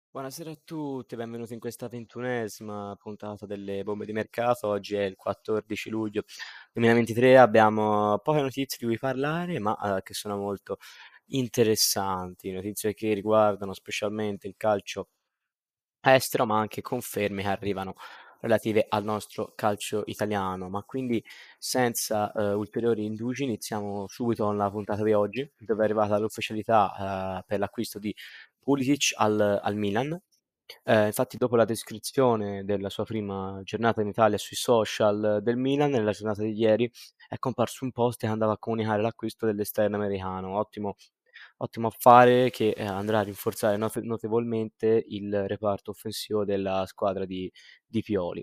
Buonasera a tutti, benvenuti in questa 21ª puntata delle bombe di mercato. Oggi è il 14 luglio 2023, abbiamo poche notizie di cui parlare, ma che sono molto interessanti, notizie che riguardano specialmente il calcio estero, ma anche conferme che arrivano relative al nostro calcio italiano. Ma quindi senza ulteriori indugi iniziamo subito con la puntata di oggi, dove è arrivata l'ufficialità per l'acquisto di Pulisic al Milan. Infatti dopo la descrizione della sua prima giornata in Italia sui social del Milan, nella giornata di ieri è comparso un post che andava a comunicare l'acquisto dell'esterno americano. Ottimo affare che andrà a rinforzare notevolmente il reparto offensivo della squadra di Pioli.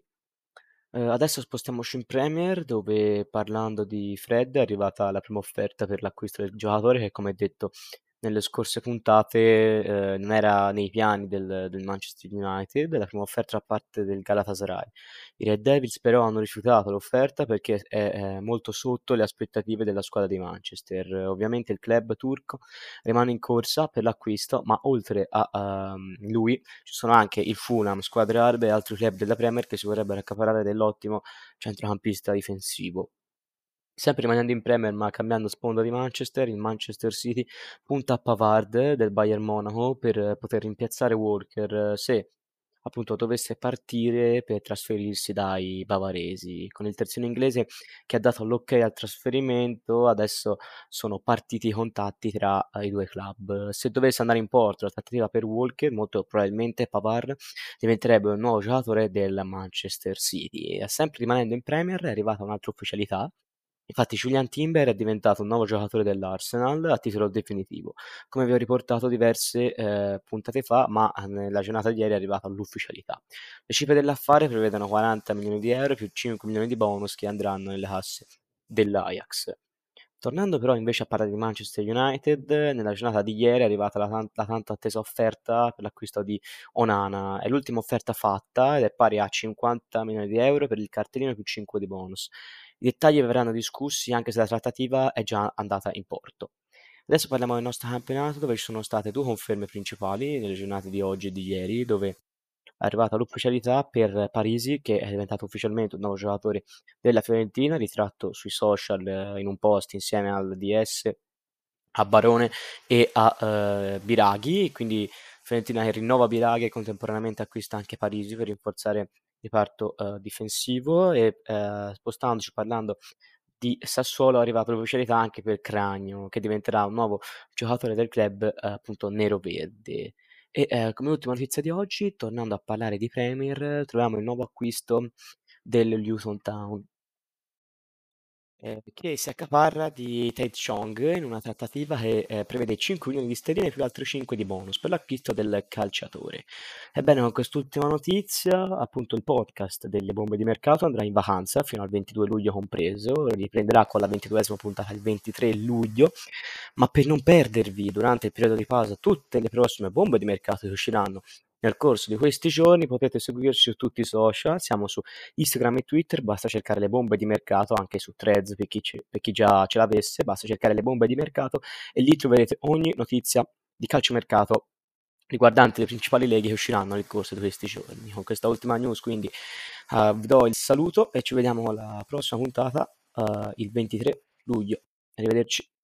Adesso spostiamoci in Premier, dove parlando di Fred è arrivata la prima offerta per l'acquisto del giocatore che, come detto nelle scorse puntate, non era nei piani del Manchester United, la prima offerta da parte del Galatasaray. I Red Devils però hanno rifiutato l'offerta perché è molto sotto le aspettative della squadra di Manchester. Ovviamente il club turco rimane in corsa per l'acquisto, ma oltre a lui ci sono anche il Fulham, squadre arabe e altri club della Premier che si vorrebbero accaparrare dell'ottimo centrocampista difensivo. Sempre rimanendo in Premier ma cambiando sponda di Manchester, il Manchester City punta a Pavard del Bayern Monaco per poter rimpiazzare Walker se appunto dovesse partire per trasferirsi dai bavaresi. Con il terzino inglese che ha dato l'ok al trasferimento, adesso sono partiti i contatti tra i due club. Se dovesse andare in porto la trattativa per Walker, molto probabilmente Pavard diventerebbe un nuovo giocatore del Manchester City. E sempre rimanendo in Premier è arrivata un'altra ufficialità. Infatti Julian Timber è diventato un nuovo giocatore dell'Arsenal a titolo definitivo, come vi ho riportato diverse puntate fa, ma nella giornata di ieri è arrivata l'ufficialità. Le cifre dell'affare prevedono 40 milioni di euro più 5 milioni di bonus che andranno nelle casse dell'Ajax. Tornando però invece a parlare di Manchester United, nella giornata di ieri è arrivata la tanto attesa offerta per l'acquisto di Onana. È l'ultima offerta fatta ed è pari a 50 milioni di euro per il cartellino più 5 di bonus. I dettagli verranno discussi anche se la trattativa è già andata in porto. Adesso parliamo del nostro campionato dove ci sono state due conferme principali nelle giornate di oggi e di ieri, dove è arrivata l'ufficialità per Parisi, che è diventato ufficialmente un nuovo giocatore della Fiorentina, ritratto sui social in un post insieme al DS, a Barone e a Biraghi, quindi Fiorentina che rinnova Biraghi e contemporaneamente acquista anche Parisi per rinforzare il reparto difensivo e spostandoci parlando di Sassuolo è arrivata l'ufficialità anche per Cragno, che diventerà un nuovo giocatore del club appunto nero-verde. E come ultima notizia di oggi, tornando a parlare di Premier, troviamo il nuovo acquisto del Luton Town, che si accaparra di Tate Chong in una trattativa che prevede 5 milioni di sterline più altri 5 di bonus per l'acquisto del calciatore. Ebbene, con quest'ultima notizia, appunto il podcast delle bombe di mercato andrà in vacanza fino al 22 luglio compreso, riprenderà con la 22esima puntata il 23 luglio, ma per non perdervi durante il periodo di pausa tutte le prossime bombe di mercato che usciranno nel corso di questi giorni potete seguirci su tutti i social, siamo su Instagram e Twitter, basta cercare le bombe di mercato, anche su Threads per chi già ce l'avesse, basta cercare le bombe di mercato e lì troverete ogni notizia di calciomercato riguardante le principali leghe che usciranno nel corso di questi giorni. Con questa ultima news quindi vi do il saluto e ci vediamo alla prossima puntata il 23 luglio. Arrivederci.